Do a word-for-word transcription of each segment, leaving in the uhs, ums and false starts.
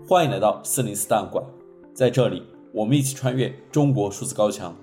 欢迎来到四零四档案馆，在这里我们一起穿越中国数字高墙。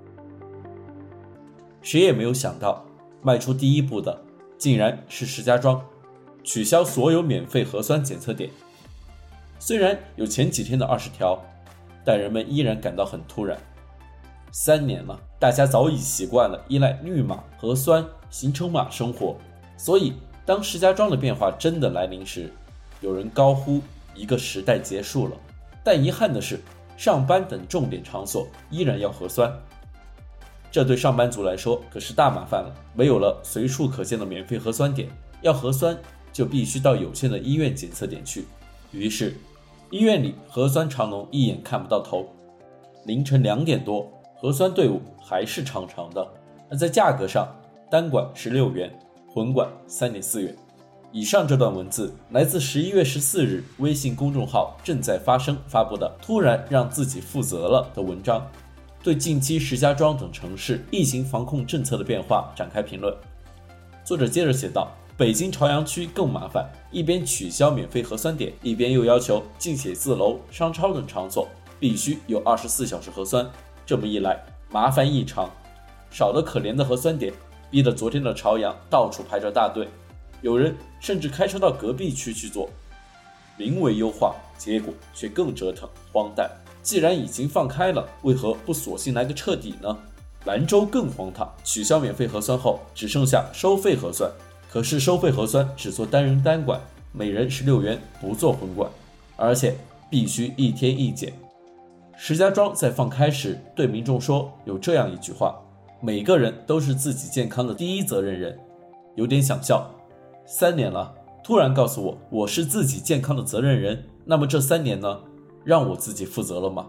谁也没有想到，迈出第一步的竟然是石家庄，取消所有免费核酸检测点。虽然有前几天的二十条，但人们依然感到很突然。三年了，大家早已习惯了依赖绿码、核酸、行程码生活，所以当石家庄的变化真的来临时，有人高呼一个时代结束了。但遗憾的是，上班等重点场所依然要核酸，这对上班族来说可是大麻烦了。没有了随处可见的免费核酸点，要核酸就必须到有限的医院检测点去，于是医院里核酸长龙一眼看不到头。凌晨两点多，核酸队伍还是长长的。而在价格上，单管十六元，混管 三点四元。以上这段文字来自十一月十四日微信公众号正在发生发布的突然让自己负责了的文章，对近期石家庄等城市疫情防控政策的变化展开评论。作者接着写道，北京朝阳区更麻烦，一边取消免费核酸点，一边又要求进写字楼、商超等场所必须有二十四小时核酸，这么一来麻烦异常，少得可怜的核酸点逼得昨天的朝阳到处排着大队，有人甚至开车到隔壁区去做。名为优化，结果却更折腾荒诞。既然已经放开了，为何不索性来个彻底呢？兰州更荒唐，取消免费核酸后只剩下收费核酸，可是收费核酸只做单人单管，每人十六元，不做混管，而且必须一天一检。石家庄在放开时对民众说有这样一句话，每个人都是自己健康的第一责任人。有点想笑，三年了，突然告诉我我是自己健康的责任人，那么这三年呢，让我自己负责了吗？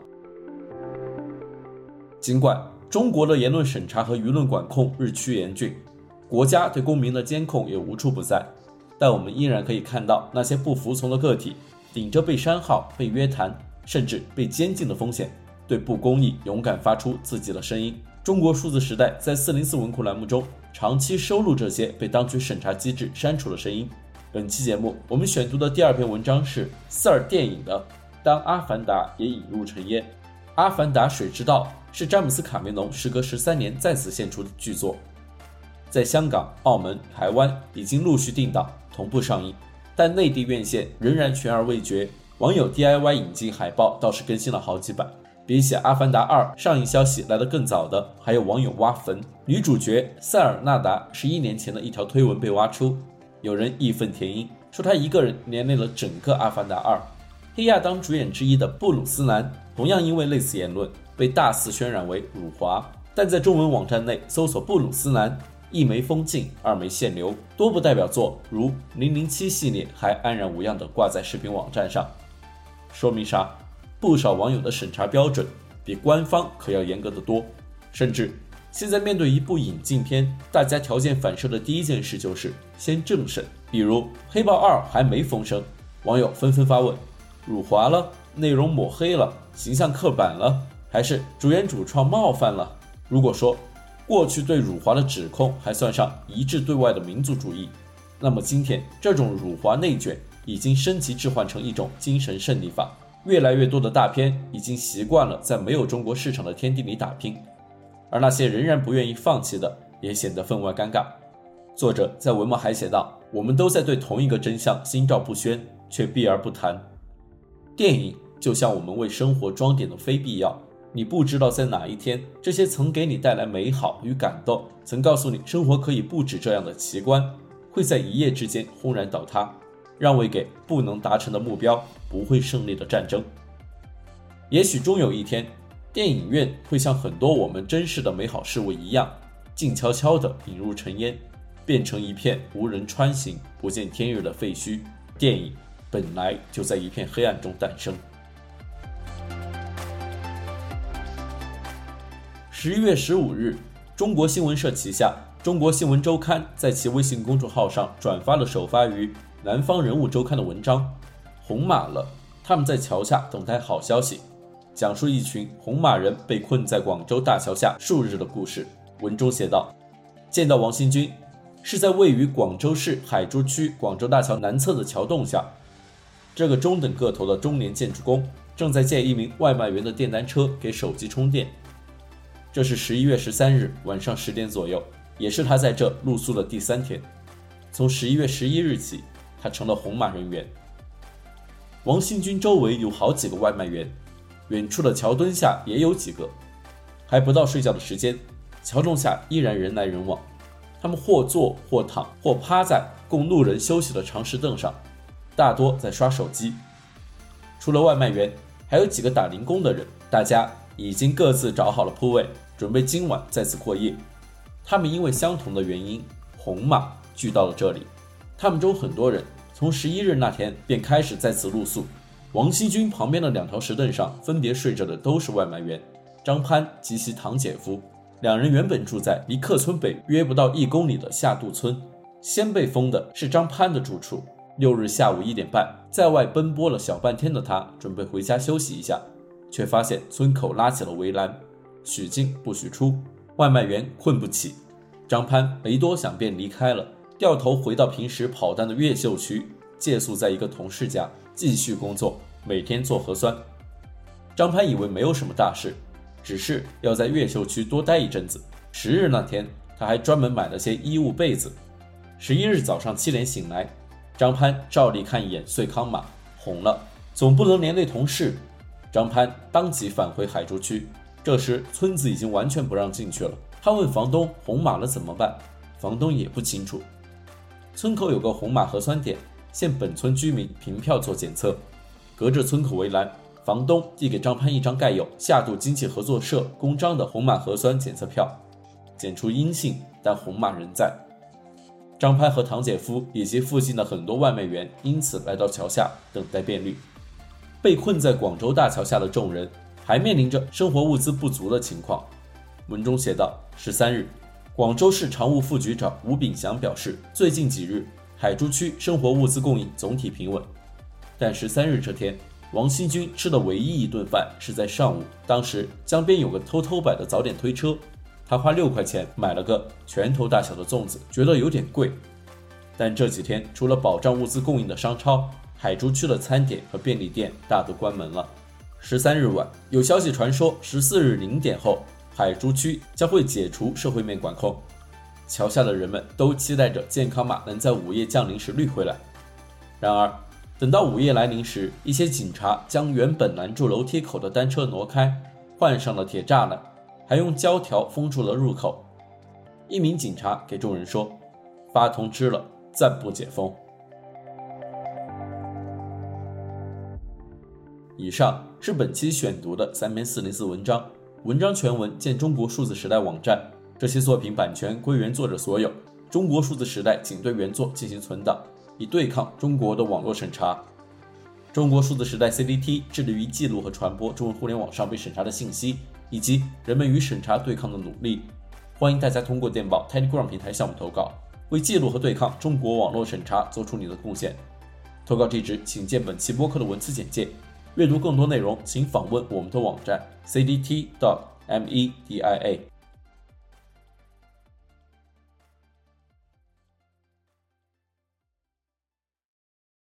尽管中国的言论审查和舆论管控日趋严峻，国家对公民的监控也无处不在，但我们依然可以看到那些不服从的个体顶着被删号、被约谈甚至被监禁的风险，对不公义勇敢发出自己的声音。中国数字时代在四零四文库栏目中长期收录这些被当局审查机制删除的声音。本期节目我们选读的第二篇文章是四儿电影的当阿凡达也引入尘烟。阿凡达水之道是詹姆斯卡梅隆时隔十三年再次献出的巨作，在香港、澳门、台湾已经陆续定档同步上映，但内地院线仍然悬而未决。网友 D I Y 引进海报倒是更新了好几版。比起阿凡达二上映消息来得更早的，还有网友挖坟，女主角塞尔纳达十一年前的一条推文被挖出，有人义愤填膺，说她一个人连累了整个阿凡达二。黑亚当主演之一的布鲁斯南同样因为类似言论被大肆渲染为辱华，但在中文网站内搜索布鲁斯南，一枚封禁，二枚限流，多部代表作如零零七系列还安然无恙地挂在视频网站上。说明啥？不少网友的审查标准比官方可要严格得多，甚至现在面对一部引进片，大家条件反射的第一件事就是先政审。比如黑豹二还没风声，网友纷纷发问，辱华了，内容抹黑了，形象刻板了，还是主演主创冒犯了？如果说过去对辱华的指控还算上一致对外的民族主义，那么今天这种辱华内卷已经升级置换成一种精神胜利法。越来越多的大片已经习惯了在没有中国市场的天地里打拼，而那些仍然不愿意放弃的也显得分外尴尬。作者在文末还写道，我们都在对同一个真相心照不宣，却避而不谈。电影就像我们为生活装点的非必要，你不知道在哪一天，这些曾给你带来美好与感动，曾告诉你生活可以不止这样的奇观，会在一夜之间轰然倒塌，让位给不能达成的目标，不会胜利的战争。也许终有一天，电影院会像很多我们珍视的美好事物一样，静悄悄地引入尘烟，变成一片无人穿行、不见天日的废墟。电影本来就在一片黑暗中诞生。十一月十五日，中国新闻社旗下中国新闻周刊在其微信公众号上转发了首发于南方人物周刊的文章，红码了，他们在桥下等待好消息，讲述一群红码人被困在广州大桥下数日的故事。文中写道，见到王新军是在位于广州市海珠区广州大桥南侧的桥洞下， 这个中等个头的中年建筑工正在借一名外卖员的电单车给手机充电。这是十一月十三日晚上十点左右，也是他在这露宿的第三天。从十一月十一日起，他成了红码人员。王新军周围有好几个外卖员，远处的桥墩下也有几个。还不到睡觉的时间，桥洞下依然人来人往，他们或坐或躺或趴在供路人休息的长石凳上，大多在刷手机。除了外卖员，还有几个打零工的人，大家已经各自找好了铺位，准备今晚在此过夜。他们因为相同的原因，红码聚到了这里。他们中很多人从十一日那天便开始在此露宿。王新军旁边的两条石凳上分别睡着的都是外卖员张潘及其堂姐夫，两人原本住在离客村北约不到一公里的下渡村，先被封的是张潘的住处。六日下午一点半，在外奔波了小半天的他准备回家休息一下，却发现村口拉起了围栏，许进不许出，外卖员困不起。张潘没多想便离开了，掉头回到平时跑单的越秀区，借宿在一个同事家继续工作，每天做核酸。张潘以为没有什么大事，只是要在越秀区多待一阵子。十日那天，他还专门买了些衣物被子。十一日早上七点醒来，张潘照例看一眼穗康码，红了，总不能连累同事。张潘当即返回海珠区，这时村子已经完全不让进去了。他问房东红码了怎么办，房东也不清楚。村口有个红码核酸点，限本村居民凭票做检测。隔着村口围栏，房东递给张潘一张盖有下渡经济合作社公章的红码核酸检测票，检出阴性，但红码仍在。张潘和堂姐夫以及附近的很多外卖员因此来到桥下等待便利。被困在广州大桥下的众人还面临着生活物资不足的情况。文中写道，十三日，广州市常务副局长吴炳祥表示，最近几日海珠区生活物资供应总体平稳。但十三日这天，王新军吃的唯一一顿饭是在上午，当时江边有个偷偷摆的早点推车，他花六块钱买了个拳头大小的粽子，觉得有点贵。但这几天除了保障物资供应的商超，海珠区的餐点和便利店大都关门了。十三日晚，有消息传说十四日零点后，海珠区将会解除社会面管控。桥下的人们都期待着健康码能在午夜降临时绿回来。然而等到午夜来临时，一些警察将原本拦住楼梯口的单车挪开，换上了铁栅栏，还用胶条封住了入口。一名警察给众人说，发通知了，暂不解封。以上是本期选读的三篇四零四文章，文章全文见中国数字时代网站。这些作品版权归原作者所有，中国数字时代仅对原作进行存档，以对抗中国的网络审查。中国数字时代 C D T 致力于记录和传播中文互联网上被审查的信息，以及人们与审查对抗的努力。欢迎大家通过电报 Telegram 平台向我们投稿，为记录和对抗中国网络审查做出你的贡献。投稿地址请见本期播客的文字简介。阅读更多内容，请访问我们的网站 c d t dot media。